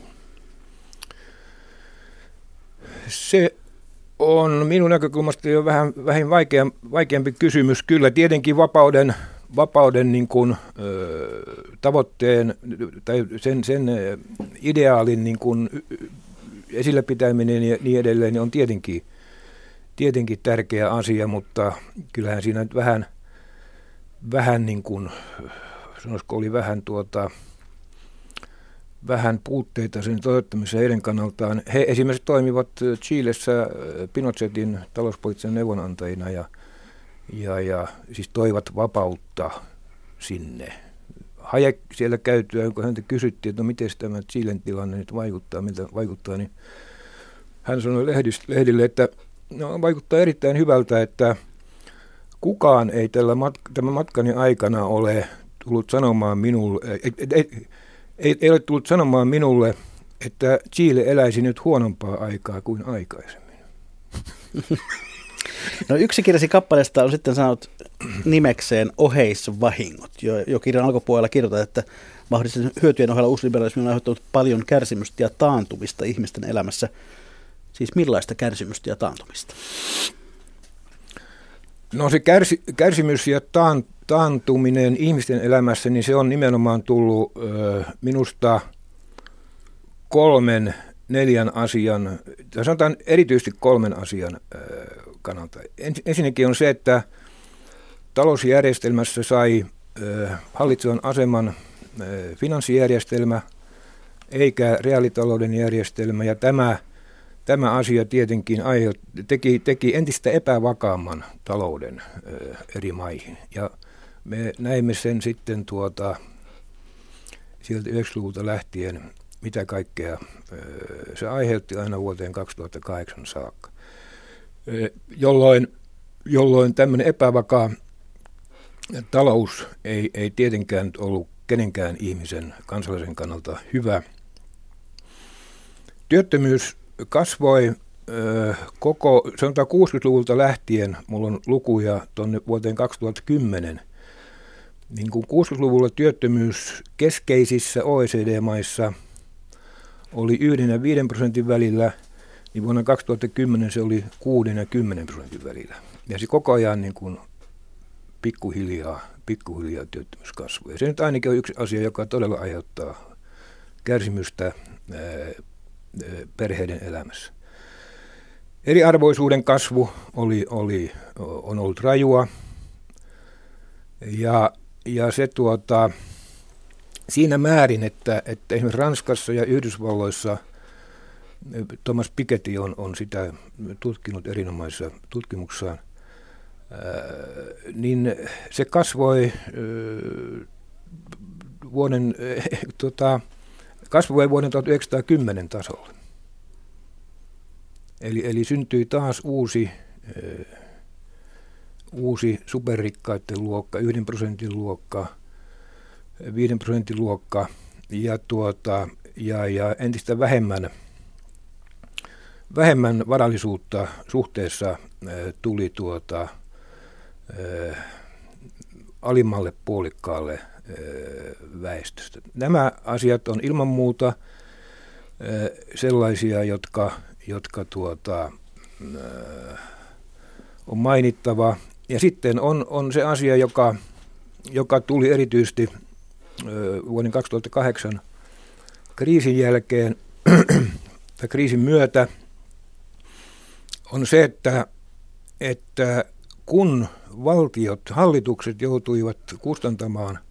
Se on minun näkökulmasta jo vähän, vähän vaikea, vaikeampi kysymys. Kyllä tietenkin vapauden, vapauden niin kuin, ö, tavoitteen tai sen, sen ideaalin niin kuin, esillä pitäminen ja niin edelleen on tietenkin Tietenkin tärkeä asia, mutta kyllähän siinä nyt vähän, vähän niin kuin, sanoisiko oli vähän, tuota, vähän puutteita sen toteuttamisessa heidän kannaltaan. He esimerkiksi toimivat Chilessä Pinochetin talouspoliittisen neuvonantajina ja, ja, ja siis toivat vapautta sinne. Hayek siellä käytyä, kun häntä kysyttiin, että no miten tämä Chilen tilanne nyt vaikuttaa, miltä vaikuttaa, niin hän sanoi lehdille, että no, vaikuttaa erittäin hyvältä, että kukaan ei tällä mat- tämän matkani aikana ole tullut sanomaan minulle, ei, ei, ei, ei ole tullut sanomaan minulle, että Chile eläisi nyt huonompaa aikaa kuin aikaisemmin. No yksi kirjasi kappaleesta on sitten saanut nimekseen Oheisvahingot. Jo, jo kirjan alkupuolella kirjoitat, että mahdollisten hyötyjen ohella uusliberalismi on aiheuttanut paljon kärsimystä ja taantumista ihmisten elämässä. Siis millaista kärsimystä ja taantumista? No se kärsi, kärsimys ja taan, taantuminen ihmisten elämässä, niin se on nimenomaan tullut ö, minusta kolmen, neljän asian, tai sanotaan erityisesti kolmen asian ö, kannalta. Ensinnäkin on se, että talousjärjestelmässä sai ö, hallitsevan aseman ö, finanssijärjestelmä eikä reaalitalouden järjestelmä, ja tämä Tämä asia tietenkin aiheutti, teki, teki entistä epävakaamman talouden ö, eri maihin. Ja me näimme sen sitten tuota, sieltä yhdeksänkymmentäluvulta lähtien, mitä kaikkea ö, se aiheutti aina vuoteen kaksituhattakahdeksan saakka. Ö, jolloin, jolloin tämmöinen epävakaa talous ei, ei tietenkään ollut kenenkään ihmisen kansalaisen kannalta hyvä. Työttömyys kasvoi ö, koko, sanotaan kuusikymmentäluvulta lähtien, mulla on lukuja tuonne vuoteen kaksituhattakymmenen, niin kun kuusikymmentäluvulla työttömyys keskeisissä O E C D-maissa oli yhden ja viiden prosentin välillä, niin vuonna kaksituhattakymmenen se oli kuuden ja kymmenen prosentin välillä. Ja se koko ajan niin kun pikkuhiljaa, pikkuhiljaa työttömyys kasvoi. Ja se nyt ainakin on yksi asia, joka todella aiheuttaa kärsimystä ää, perheiden elämässä. Eriarvoisuuden kasvu oli, oli, on ollut rajua, ja, ja se tuota, siinä määrin, että, että esimerkiksi Ranskassa ja Yhdysvalloissa Thomas Piketty on, on sitä tutkinut erinomaisessa tutkimuksessaan, ää, niin se kasvoi ää, vuoden ää, tota, kasvoi vuoden tuhatyhdeksänsataakymmenen tasolla. Eli, eli syntyi taas uusi, ö, uusi superrikkaiden luokka, yhden prosentin luokka, viiden prosentin luokka ja, tuota, ja, ja entistä vähemmän, vähemmän varallisuutta suhteessa ö, tuli tuota, ö, alimmalle puolikkaalle väestöstä. Nämä asiat on ilman muuta sellaisia, jotka, jotka tuota, on mainittava. Ja sitten on, on se asia, joka, joka tuli erityisesti vuoden kaksituhattakahdeksan kriisin jälkeen tai kriisin myötä, on se, että, että kun valtiot, hallitukset joutuivat kustantamaan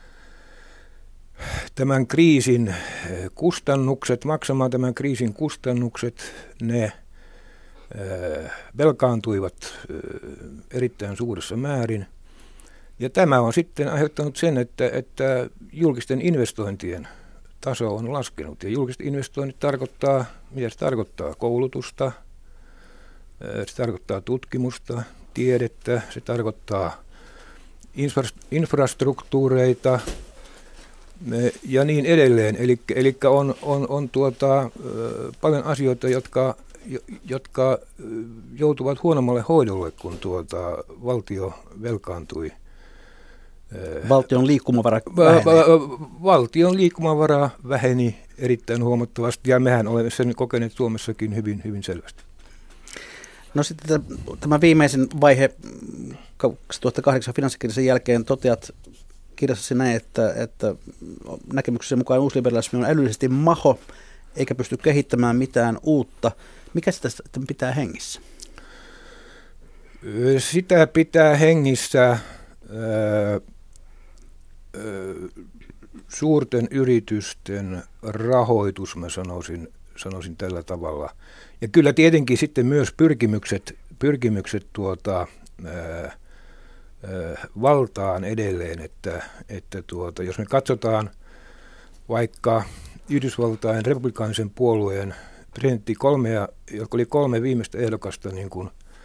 tämän kriisin kustannukset, maksamaan tämän kriisin kustannukset, ne velkaantuivat erittäin suuressa määrin. Ja tämä on sitten aiheuttanut sen, että, että julkisten investointien taso on laskenut. Ja julkiset investoinnit tarkoittaa, mitä se tarkoittaa? Koulutusta, se tarkoittaa tutkimusta, tiedettä, se tarkoittaa infrastruktuureita ja niin edelleen. Eli, eli on, on, on tuota, paljon asioita, jotka, jotka joutuvat huonommalle hoidolle, kun tuota, valtio velkaantui. Valtion liikkumavara väheni. Valtion liikkumavara väheni erittäin huomattavasti, ja mehän olemme sen kokeneet Suomessakin hyvin, hyvin selvästi. No sitten tämä viimeisin vaihe kaksituhattakahdeksan finanssikriisin jälkeen toteat kirjassasi näin, että, että näkemyksesi mukaan uusliberalismi on älyllisesti maho, eikä pysty kehittämään mitään uutta. Mikä sitä pitää hengissä? Sitä pitää hengissä ää, ää, suurten yritysten rahoitus, mä sanoisin, sanoisin tällä tavalla. Ja kyllä tietenkin sitten myös pyrkimykset, pyrkimykset tuota, ää, valtaan edelleen, että, että tuota, jos me katsotaan vaikka Yhdysvaltain republikaanisen puolueen presidentti kolmea, jotka oli kolme viimeistä ehdokasta niin kuin,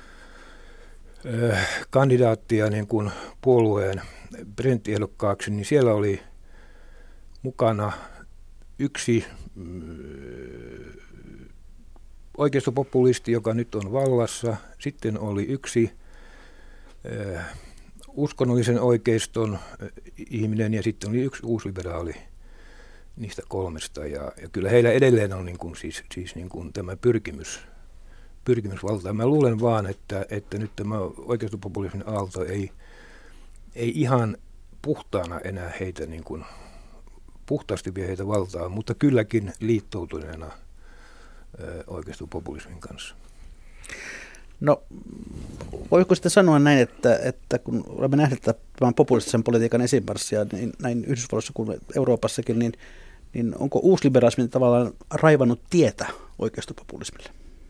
äh, kandidaattia niin kuin puolueen presidenttiehdokkaaksi, niin siellä oli mukana yksi oikeistopopulisti, joka nyt on vallassa. Sitten oli yksi uskonnollisen oikeiston ihminen ja sitten oli yksi uusliberaali niistä kolmesta. Ja, ja kyllä heillä edelleen on niin kuin, siis, siis niin kuin tämä pyrkimys, pyrkimys valtaan. Mä luulen vaan, että, että nyt tämä oikeistopopulismin aalto ei, ei ihan puhtaana enää heitä niin kuin, puhtaasti vie heitä valtaan, mutta kylläkin liittoutuneena oikeistopopulismin kanssa. No, voiko sitten sanoa näin, että, että kun olemme nähneet tämän populistisen politiikan esimarssia niin näin Yhdysvalloissa kuin Euroopassakin, niin, niin onko uusliberalismi tavallaan raivannut tietä oikeistopopulismille?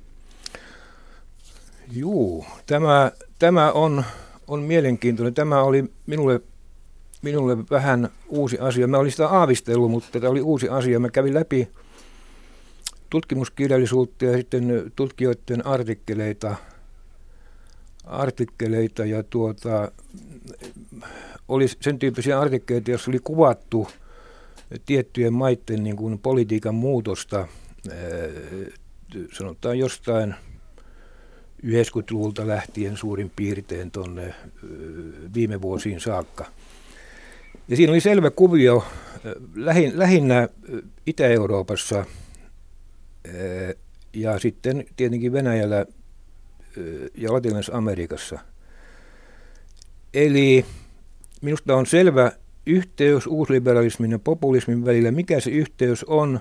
Juu, tämä, tämä on, on mielenkiintoinen. Tämä oli minulle, minulle vähän uusi asia. Mä olin sitä aavistellut, mutta tämä oli uusi asia. Mä kävin läpi tutkimuskirjallisuutta ja sitten tutkijoiden artikkeleita, artikkeleita ja tuota, oli sen tyyppisiä artikkeleita, joissa oli kuvattu tiettyjen maiden niin kuin politiikan muutosta, sanotaan jostain yhdeksänkymmentäluvulta lähtien suurin piirtein tuonne viime vuosiin saakka. Ja siinä oli selvä kuvio lähinnä Itä-Euroopassa ja sitten tietenkin Venäjällä ja Latinalaisessa Amerikassa. Eli minusta on selvä yhteys uusliberalismin ja populismin välillä. Mikä se yhteys on?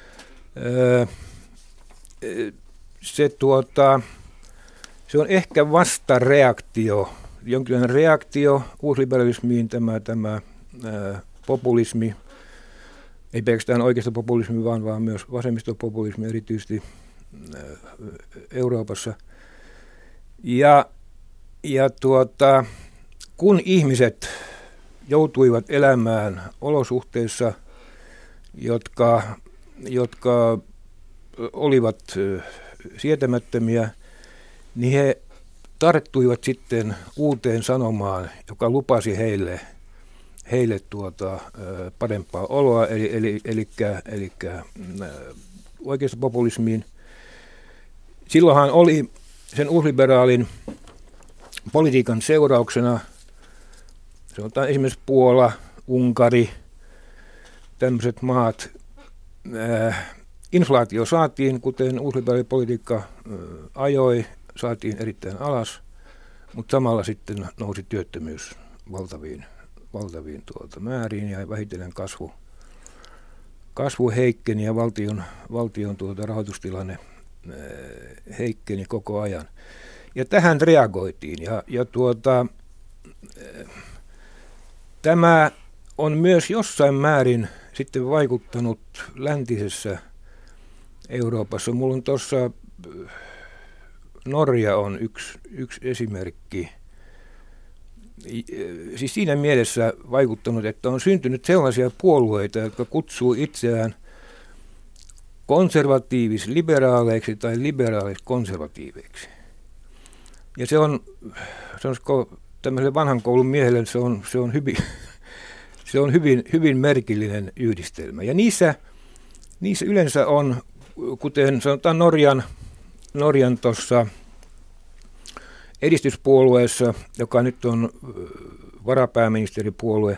Se, tuota, se on ehkä vastareaktio, jonkinlainen reaktio uusliberalismiin, tämä, tämä ää, populismi. Ei pelkästään oikeistopopulismi, vaan, vaan myös vasemmistopopulismi, erityisesti Euroopassa. Ja, ja tuota, kun ihmiset joutuivat elämään olosuhteissa, jotka, jotka olivat sietämättömiä, niin he tarttuivat sitten uuteen sanomaan, joka lupasi heille heille tuota, parempaa oloa, eli, eli, eli, eli oikeistopopulismiin. Silloinhan oli sen uusliberaalin politiikan seurauksena, sanotaan esimerkiksi Puola, Unkari, tämmöiset maat, ää, inflaatio saatiin, kuten uusliberaalipolitiikka ää, ajoi, saatiin erittäin alas, mutta samalla sitten nousi työttömyys valtaviin valtaviin tuolta määriin ja vähitellen kasvu, kasvu heikkeni ja valtion, valtion tuota rahoitustilanne heikkeni koko ajan. Ja tähän reagoitiin. Ja, ja tuota, tämä on myös jossain määrin sitten vaikuttanut läntisessä Euroopassa. Mulla on tuossa, Norja on yksi, yksi esimerkki. Siis siinä mielessä vaikuttanut, että on syntynyt sellaisia puolueita, jotka kutsuu itseään konservatiivis-liberaaleiksi tai liberaalis-konservatiiveiksi. Ja se on, sanoisiko tämmöiselle vanhan koulun miehelle, se on, se on, hyvin, se on hyvin, hyvin merkillinen yhdistelmä. Ja niissä, niissä yleensä on, kuten sanotaan Norjan, Norjan tuossa edistyspuolueessa, joka nyt on varapääministeripuolue,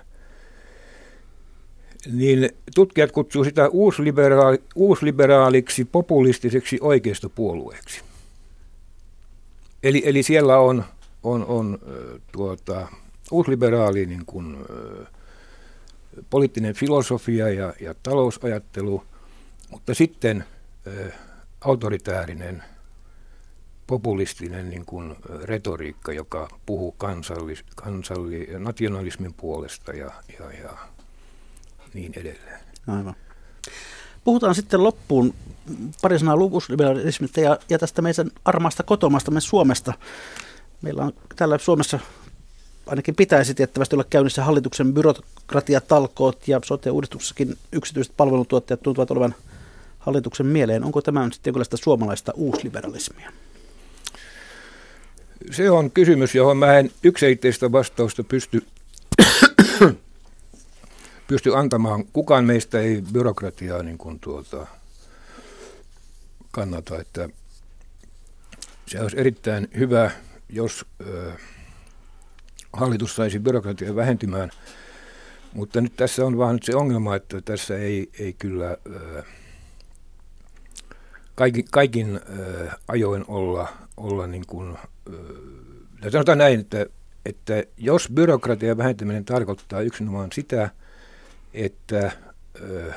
niin tutkijat kutsuu sitä uusliberaali, uusliberaaliksi, populistiseksi oikeistopuolueeksi. Eli, eli siellä on, on, on tuota, uusliberaali niin kuin, poliittinen filosofia ja, ja talousajattelu, mutta sitten ä, autoritäärinen, populistinen niin kuin retoriikka, joka puhuu kansallis, kansalli, nationalismin puolesta ja, ja, ja niin edelleen. Aivan. Puhutaan sitten loppuun pari sanaa uusliberalismista ja, ja tästä meidän armaasta kotomaastamme Suomesta. Meillä on täällä Suomessa ainakin pitäisi tiettävästi olla käynnissä hallituksen byrokratiatalkoot ja sote-uudistuksessakin yksityiset palveluntuottajat tuntuvat olevan hallituksen mieleen. Onko tämä nyt sitten jonkinlaista suomalaista uusliberalismia? Se on kysymys, johon mä en yksiselitteistä vastausta pysty, pysty antamaan. Kukaan meistä ei byrokratiaa niin kuin tuota, kannata, että se olisi erittäin hyvä, jos ö, hallitus saisi byrokratiaa vähentymään, mutta nyt tässä on vaan nyt se ongelma, että tässä ei, ei kyllä ö, kaikin, kaikin ö, ajoin olla, olla niin kuin, ö, sanotaan näin, että, että jos byrokratian vähentäminen tarkoittaa yksinomaan sitä, että, ö,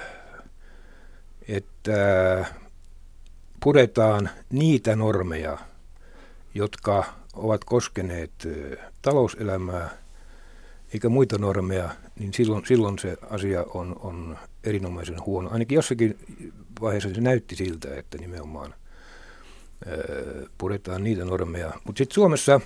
että puretaan niitä normeja, jotka ovat koskeneet ö, talouselämää, eikä muita normeja, niin silloin, silloin se asia on, on erinomaisen huono. Ainakin jossakin vaiheessa se näytti siltä, että nimenomaan ö, puretaan niitä normeja. Mutta sitten Suomessa,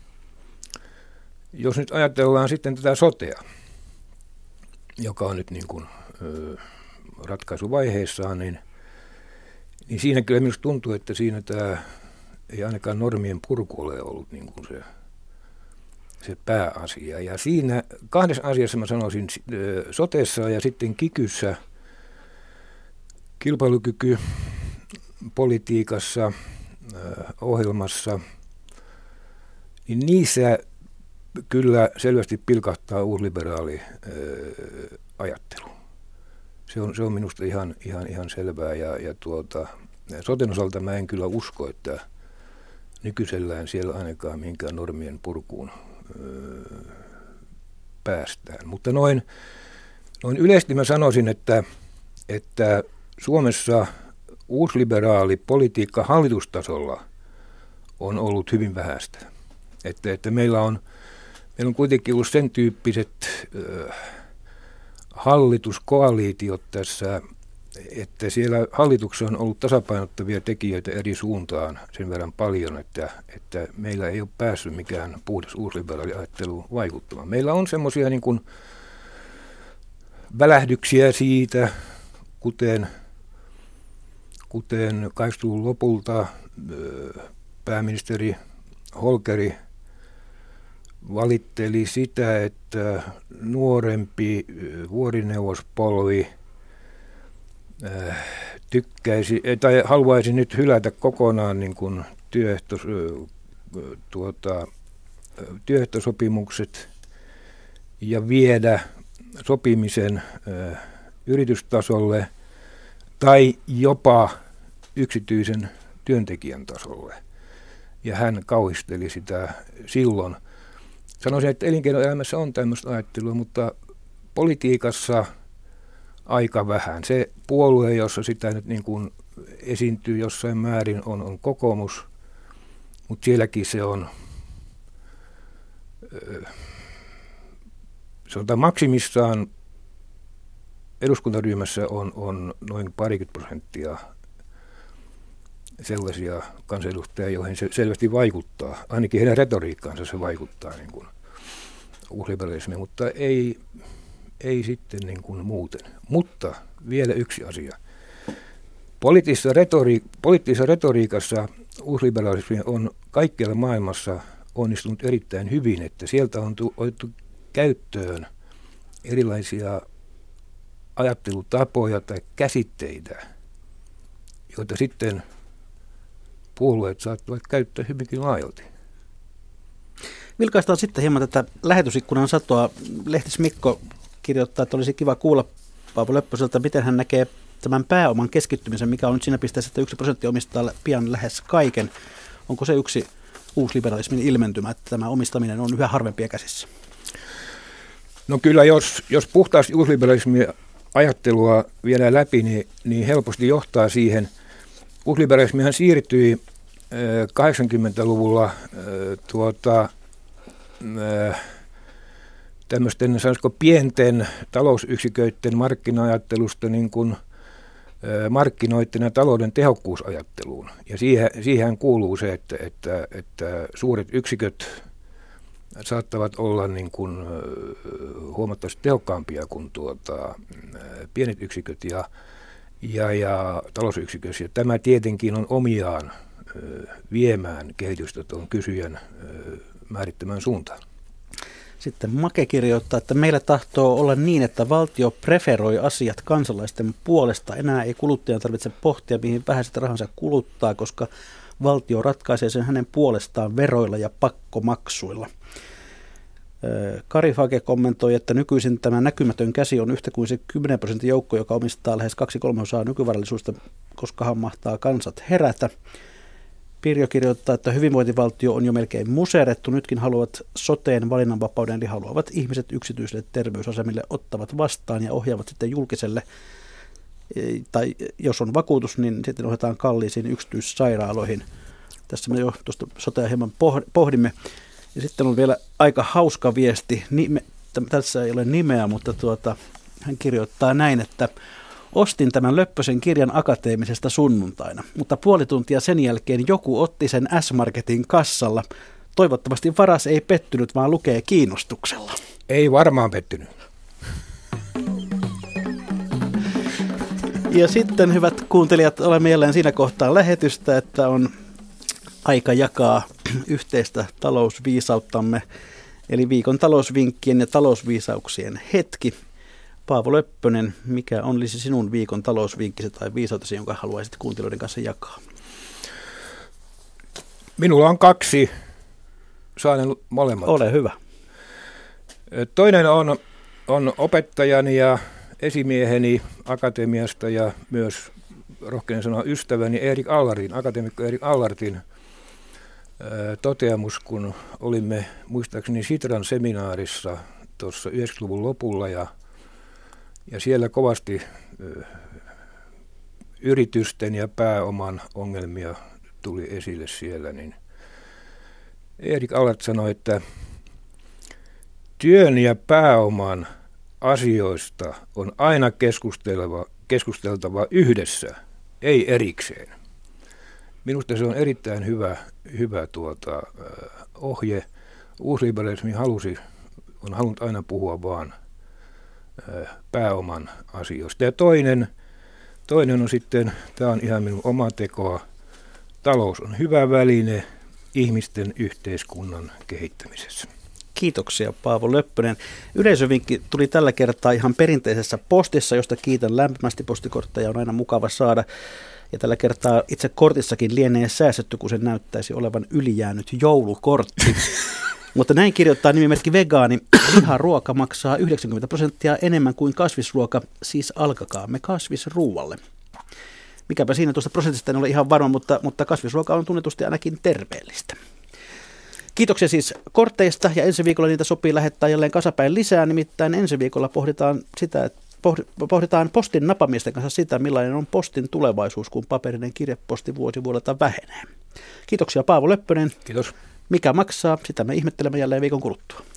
jos nyt ajatellaan sitten tätä sotea, joka on nyt niin kuin, ö, ratkaisuvaiheessaan, niin, niin siinä kyllä minusta tuntuu, että siinä tämä ei ainakaan normien purku ole ollut niin kuin se, se pääasia. Ja siinä kahdessa asiassa mä sanoisin, sotessa ja sitten kikyssä, kilpailukyky, politiikassa, ohjelmassa, niin niissä kyllä selvästi pilkahtaa uusliberaali ajattelu. Se on, se on minusta ihan, ihan, ihan selvää. Ja, ja tuota, soten osalta mä en kyllä usko, että nykyisellään siellä ainakaan minkään normien purkuun öö, päästään. Mutta noin, noin yleisesti mä sanoisin, että, että Suomessa uusliberaali politiikka hallitustasolla on ollut hyvin vähäistä. Että, että meillä, on, meillä on kuitenkin ollut sen tyyppiset öö, hallituskoalitiot tässä, että siellä hallituksessa on ollut tasapainottavia tekijöitä eri suuntaan sen verran paljon, että, että meillä ei ole päässyt mikään puhdas uusliberaali ajattelu vaikuttamaan. Meillä on semmoisia niin kuin välähdyksiä siitä, kuten, kuten kahdeksankymmentäluvun lopulta pääministeri Holkeri valitteli sitä, että nuorempi vuorineuvospolvi tykkäisi tai haluaisi nyt hylätä kokonaan niin kuin työehto, tuota, työehtosopimukset ja viedä sopimisen ö, yritystasolle tai jopa yksityisen työntekijän tasolle. Ja hän kauhisteli sitä silloin. Sanoisin, että elinkeinoelämässä on tämmöistä ajattelua, mutta politiikassa aika vähän. Se puolue, jossa sitä nyt niin kuin esiintyy jossain määrin, on, on kokoomus, mutta sielläkin se on, sanotaan maksimissaan eduskuntaryhmässä on, on noin parikymmentä prosenttia sellaisia kansanedustajia, joihin se selvästi vaikuttaa. Ainakin heidän retoriikkaansa se vaikuttaa niin kuin uusliberalismiin, mutta ei, ei sitten niin kuin muuten. Mutta vielä yksi asia. Poliittisessa, retori- poliittisessa retoriikassa uusliberalismi on kaikkialla maailmassa onnistunut erittäin hyvin, että sieltä on otettu käyttöön erilaisia ajattelutapoja tai käsitteitä, joita sitten puolueet saattavat käyttää hyvinkin laajalti. Vilkaistaan sitten hieman tätä lähetysikkunan satoa. Lehtis Mikko kirjoittaa, että olisi kiva kuulla Paavo Lepposelta, miten hän näkee tämän pääoman keskittymisen, mikä on nyt siinä pisteessä, että yksi prosentti omistaa pian lähes kaiken. Onko se yksi uusliberalismin ilmentymä, että tämä omistaminen on yhä harvempia käsissä? No kyllä, jos, jos puhtaasti uusliberalismin ajattelua viedään läpi, niin, niin helposti johtaa siihen. Uusliberalismihan siirtyi kahdeksankymmentäluvulla tuota, tämmöisten sanoisiko pienten talousyksiköiden markkina-ajattelusta niin kuin markkinoiden ja talouden tehokkuusajatteluun. Ja siihen, siihen kuuluu se, että, että, että suuret yksiköt saattavat olla niin kuin huomattavasti tehokkaampia kuin tuota, pienet yksiköt ja, ja, ja talousyksiköt. Ja tämä tietenkin on omiaan viemään kehitystä tuon kysyjän määrittämään suuntaan. Sitten Make kirjoittaa, että meillä tahtoo olla niin, että valtio preferoi asiat kansalaisten puolesta. Enää ei kuluttajan tarvitse pohtia, mihin vähäiset rahansa kuluttaa, koska valtio ratkaisee sen hänen puolestaan veroilla ja pakkomaksuilla. Kari Fage kommentoi, että nykyisin tämä näkymätön käsi on yhtä kuin se kymmenen prosentin joukko, joka omistaa lähes kaksi kolmasosaa nykyvarallisuudesta, koskahan mahtaa kansat herätä. Pirjo kirjoittaa, että hyvinvointivaltio on jo melkein museerettu. Nytkin haluavat soteen valinnanvapauden, eli haluavat ihmiset yksityisille terveysasemille ottavat vastaan ja ohjaavat sitten julkiselle. Tai jos on vakuutus, niin sitten ohjataan kalliisiin yksityissairaaloihin. Tässä me jo tuosta sotea hieman pohdimme. Ja sitten on vielä aika hauska viesti. Nime, tässä ei ole nimeä, mutta tuota, hän kirjoittaa näin, että ostin tämän Löppösen kirjan akateemisesta sunnuntaina, mutta puoli tuntia sen jälkeen joku otti sen S-Marketin kassalla. Toivottavasti varas ei pettynyt, vaan lukee kiinnostuksella. Ei varmaan pettynyt. Ja sitten, hyvät kuuntelijat, olemme jälleen siinä kohtaa lähetystä, että on aika jakaa yhteistä talousviisauttamme, eli viikon talousvinkkien ja talousviisauksien hetki. Paavo Löppönen, mikä olisi sinun viikon talousvinkkisi tai viisautesi, jonka haluaisit kuuntelijoiden kanssa jakaa? Minulla on kaksi. Saan molemmat. Ole hyvä. Toinen on, on opettajani ja esimieheni akatemiasta ja myös rohkeinen sanoa ystäväni Erik Allartin, akateemikko Erik Allartin toteamus, kun olimme muistaakseni Sitran seminaarissa tuossa yhdeksänkymmentäluvun lopulla ja, ja siellä kovasti ö, yritysten ja pääoman ongelmia tuli esille siellä, niin Erik Allart sanoi, että työn ja pääoman asioista on aina keskusteltava, keskusteltava yhdessä, ei erikseen. Minusta se on erittäin hyvä, hyvä tuota, ohje. Uusliberalismi halusi, on halunnut aina puhua vaan pääoman asioista. Ja toinen, toinen on sitten, tämä on ihan minun oma tekoa, talous on hyvä väline ihmisten yhteiskunnan kehittämisessä. Kiitoksia Paavo Löppönen. Yleisövinkki tuli tällä kertaa ihan perinteisessä postissa, josta kiitän lämpimästi. Postikortteja on aina mukava saada. Ja tällä kertaa itse kortissakin lienee säästetty, kun se näyttäisi olevan ylijäänyt joulukortti. Mutta näin kirjoittaa nimimerkki Vegaani. Liharuoka maksaa yhdeksänkymmentä prosenttia enemmän kuin kasvisruoka, siis alkakaamme kasvisruualle. Mikäpä siinä tuosta prosentista en ole ihan varma, mutta, mutta kasvisruoka on tunnetusti ainakin terveellistä. Kiitoksia siis korteista ja ensi viikolla niitä sopii lähettää jälleen kasapäin lisää. Nimittäin ensi viikolla pohditaan sitä, että pohditaan postin napamiesten kanssa sitä, millainen on postin tulevaisuus, kun paperinen kirjeposti vuosi vuodelta vähenee. Kiitoksia Paavo Löppönen. Kiitos. Mikä maksaa, sitä me ihmettelemme jälleen viikon kuluttua.